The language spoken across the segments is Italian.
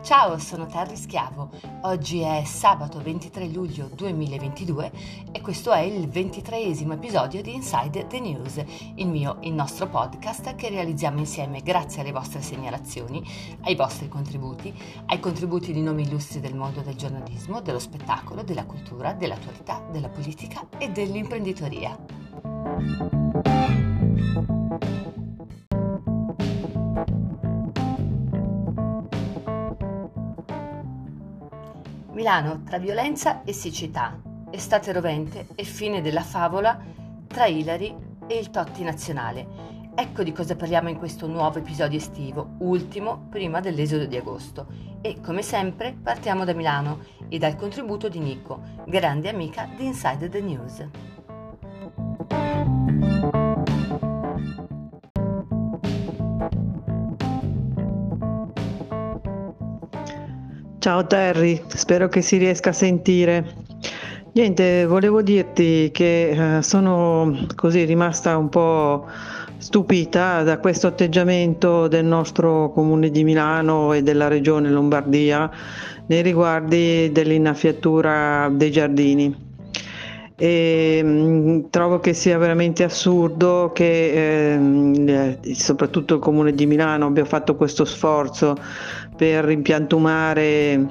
Ciao, sono Terry Schiavo. Oggi è sabato 23 luglio 2022 e questo è il 23esimo episodio di Inside the News, il nostro podcast che realizziamo insieme grazie alle vostre segnalazioni, ai vostri contributi, ai contributi di nomi illustri del mondo del giornalismo, dello spettacolo, della cultura, dell'attualità, della politica e dell'imprenditoria. Milano tra violenza e siccità, estate rovente e fine della favola tra Ilari e il Totti nazionale. Ecco di cosa parliamo in questo nuovo episodio estivo, ultimo prima dell'esodo di agosto. E come sempre partiamo da Milano e dal contributo di Nico, grande amica di Inside the News. Ciao Terry, spero che si riesca a sentire. Niente, volevo dirti che sono così rimasta un po' stupita da questo atteggiamento del nostro comune di Milano e della regione Lombardia nei riguardi dell'innaffiatura dei giardini. Trovo che sia veramente assurdo che soprattutto il comune di Milano abbia fatto questo sforzo per impiantumare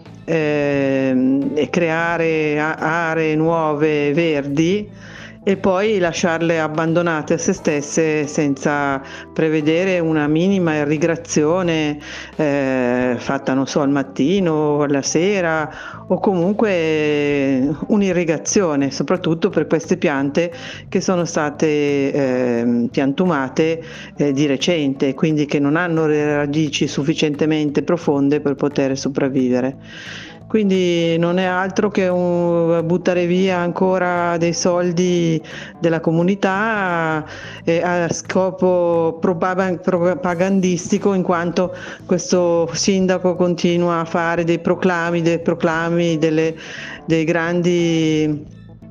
e creare aree nuove verdi e poi lasciarle abbandonate a se stesse senza prevedere una minima irrigazione fatta, non so, al mattino o alla sera, o comunque un'irrigazione, soprattutto per queste piante che sono state piantumate di recente, quindi che non hanno le radici sufficientemente profonde per poter sopravvivere. Quindi non è altro che buttare via ancora dei soldi della comunità a scopo propagandistico, in quanto questo sindaco continua a fare dei proclami, dei grandi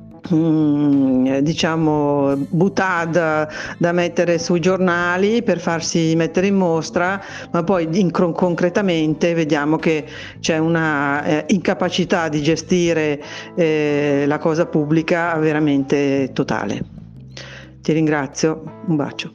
boutade da mettere sui giornali per farsi mettere in mostra, ma poi concretamente vediamo che c'è una incapacità di gestire la cosa pubblica veramente totale. Ti ringrazio, un bacio.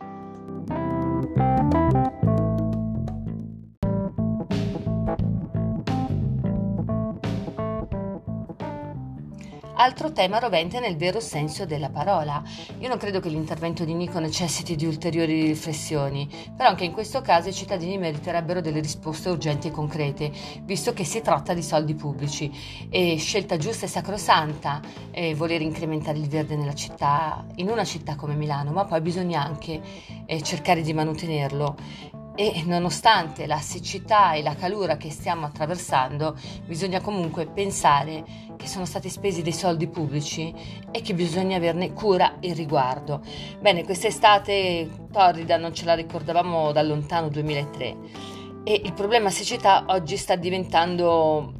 Altro tema rovente nel vero senso della parola. Io non credo che l'intervento di Nico necessiti di ulteriori riflessioni, però anche in questo caso i cittadini meriterebbero delle risposte urgenti e concrete, visto che si tratta di soldi pubblici. E scelta giusta e sacrosanta voler incrementare il verde nella città, in una città come Milano, ma poi bisogna anche cercare di mantenerlo. E nonostante la siccità e la calura che stiamo attraversando, bisogna comunque pensare che sono stati spesi dei soldi pubblici e che bisogna averne cura e riguardo. Bene, quest'estate torrida non ce la ricordavamo dal lontano 2003 e il problema siccità oggi sta diventando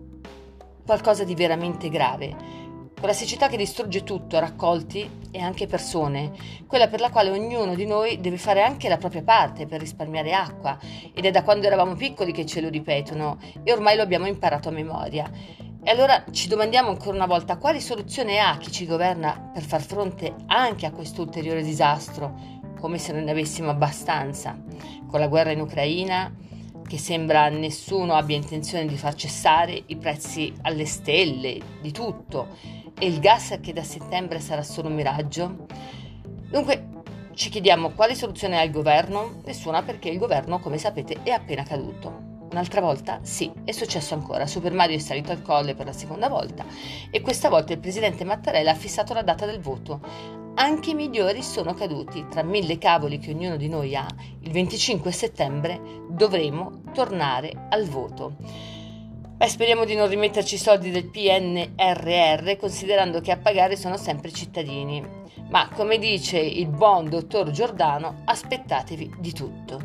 qualcosa di veramente grave. Quella siccità che distrugge tutto, raccolti e anche persone, quella per la quale ognuno di noi deve fare anche la propria parte per risparmiare acqua, ed è da quando eravamo piccoli che ce lo ripetono e ormai lo abbiamo imparato a memoria. E allora ci domandiamo ancora una volta quali soluzione ha chi ci governa per far fronte anche a questo ulteriore disastro, come se non ne avessimo abbastanza, con la guerra in Ucraina, che sembra nessuno abbia intenzione di far cessare, i prezzi alle stelle, di tutto, e il gas che da settembre sarà solo un miraggio. Dunque ci chiediamo quale soluzione ha il governo? Nessuna, perché il governo, come sapete, è appena caduto. Un'altra volta? Sì, è successo ancora. Super Mario è salito al colle per la seconda volta e questa volta il presidente Mattarella ha fissato la data del voto. Anche i migliori sono caduti. Tra mille cavoli che ognuno di noi ha, il 25 settembre dovremo tornare al voto. Speriamo di non rimetterci i soldi del PNRR, considerando che a pagare sono sempre i cittadini. Ma come dice il buon dottor Giordano, aspettatevi di tutto.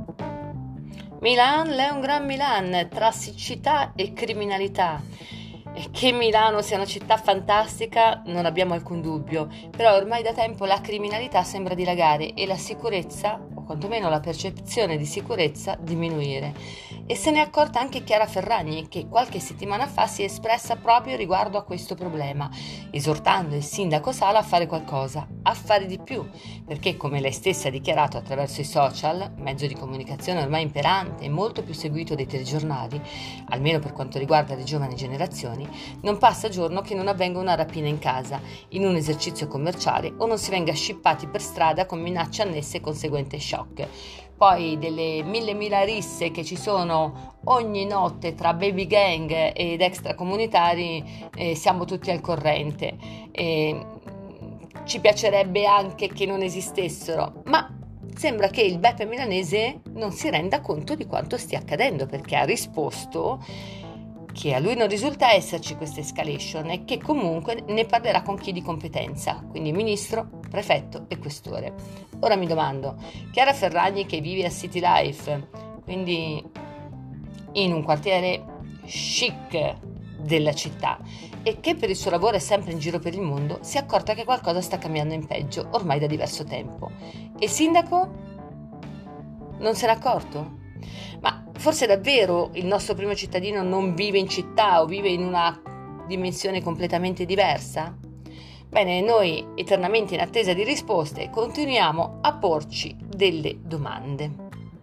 Milan, Leon Gran Milan, tra siccità e criminalità. E che Milano sia una città fantastica non abbiamo alcun dubbio, però ormai da tempo la criminalità sembra dilagare e la sicurezza, o quantomeno la percezione di sicurezza, diminuire. E se ne è accorta anche Chiara Ferragni, che qualche settimana fa si è espressa proprio riguardo a questo problema, esortando il sindaco Sala a fare qualcosa, a fare di più, perché come lei stessa ha dichiarato attraverso i social, mezzo di comunicazione ormai imperante e molto più seguito dei telegiornali, almeno per quanto riguarda le giovani generazioni, non passa giorno che non avvenga una rapina in casa, in un esercizio commerciale o non si venga scippati per strada con minacce annesse e conseguente shock. Poi delle mille risse che ci sono ogni notte tra baby gang ed extracomunitari siamo tutti al corrente. Ci piacerebbe anche che non esistessero, ma sembra che il beppe milanese non si renda conto di quanto stia accadendo, perché ha risposto che a lui non risulta esserci questa escalation e che comunque ne parlerà con chi di competenza, quindi ministro, prefetto e questore. Ora mi domando, Chiara Ferragni che vive a City Life, quindi in un quartiere chic della città e che per il suo lavoro è sempre in giro per il mondo, si è accorta che qualcosa sta cambiando in peggio ormai da diverso tempo. E il sindaco non se n'è accorto? Ma forse davvero il nostro primo cittadino non vive in città o vive in una dimensione completamente diversa? Bene, noi, eternamente in attesa di risposte, continuiamo a porci delle domande.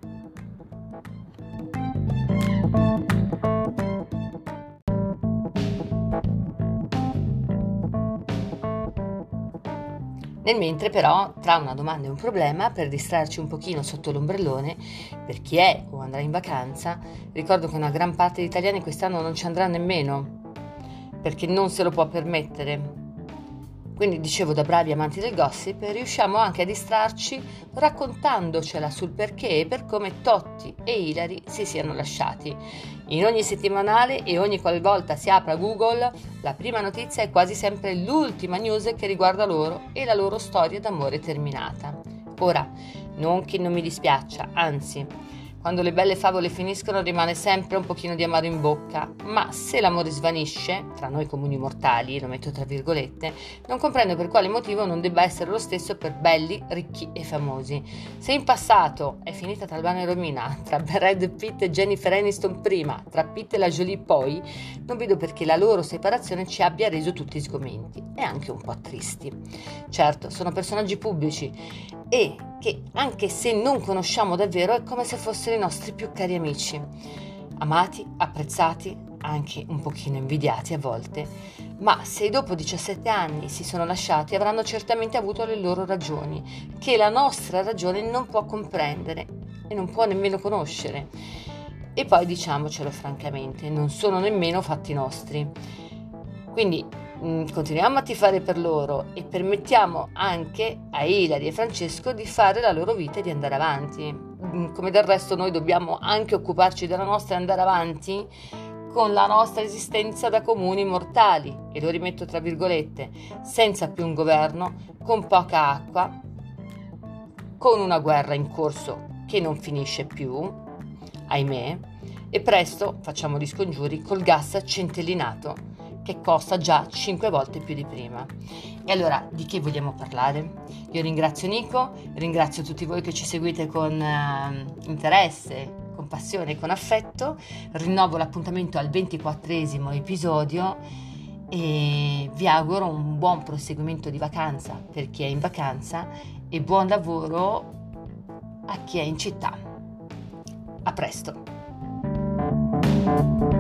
Nel mentre però, tra una domanda e un problema, per distrarci un pochino sotto l'ombrellone, per chi è o andrà in vacanza, ricordo che una gran parte di italiani quest'anno non ci andrà nemmeno, perché non se lo può permettere. Quindi dicevo, da bravi amanti del gossip, riusciamo anche a distrarci raccontandocela sul perché e per come Totti e Ilari si siano lasciati. In ogni settimanale e ogni qualvolta si apra Google, la prima notizia è quasi sempre l'ultima news che riguarda loro e la loro storia d'amore terminata. Ora, non che non mi dispiaccia, anzi, quando le belle favole finiscono rimane sempre un pochino di amaro in bocca, ma se l'amore svanisce, tra noi comuni mortali, lo metto tra virgolette, non comprendo per quale motivo non debba essere lo stesso per belli, ricchi e famosi. Se in passato è finita tra Albano e Romina, tra Brad Pitt e Jennifer Aniston prima, tra Pitt e la Jolie poi, non vedo perché la loro separazione ci abbia reso tutti sgomenti e anche un po' tristi. Certo, sono personaggi pubblici e che, anche se non conosciamo davvero, è come se fossero i nostri più cari amici, amati, apprezzati, anche un pochino invidiati a volte, ma se dopo 17 anni si sono lasciati avranno certamente avuto le loro ragioni, che la nostra ragione non può comprendere e non può nemmeno conoscere. E poi diciamocelo francamente, non sono nemmeno fatti nostri. Quindi continuiamo a tifare per loro e permettiamo anche a Ilari e Francesco di fare la loro vita e di andare avanti. Come del resto noi dobbiamo anche occuparci della nostra e andare avanti con la nostra esistenza da comuni mortali, e lo rimetto tra virgolette, senza più un governo, con poca acqua, con una guerra in corso che non finisce più, ahimè, e presto, facciamo gli scongiuri, col gas centellinato che costa già 5 volte più di prima. E allora, di che vogliamo parlare? Io ringrazio Nico, ringrazio tutti voi che ci seguite con interesse, con passione e con affetto, rinnovo l'appuntamento al 24esimo episodio e vi auguro un buon proseguimento di vacanza per chi è in vacanza e buon lavoro a chi è in città. A presto!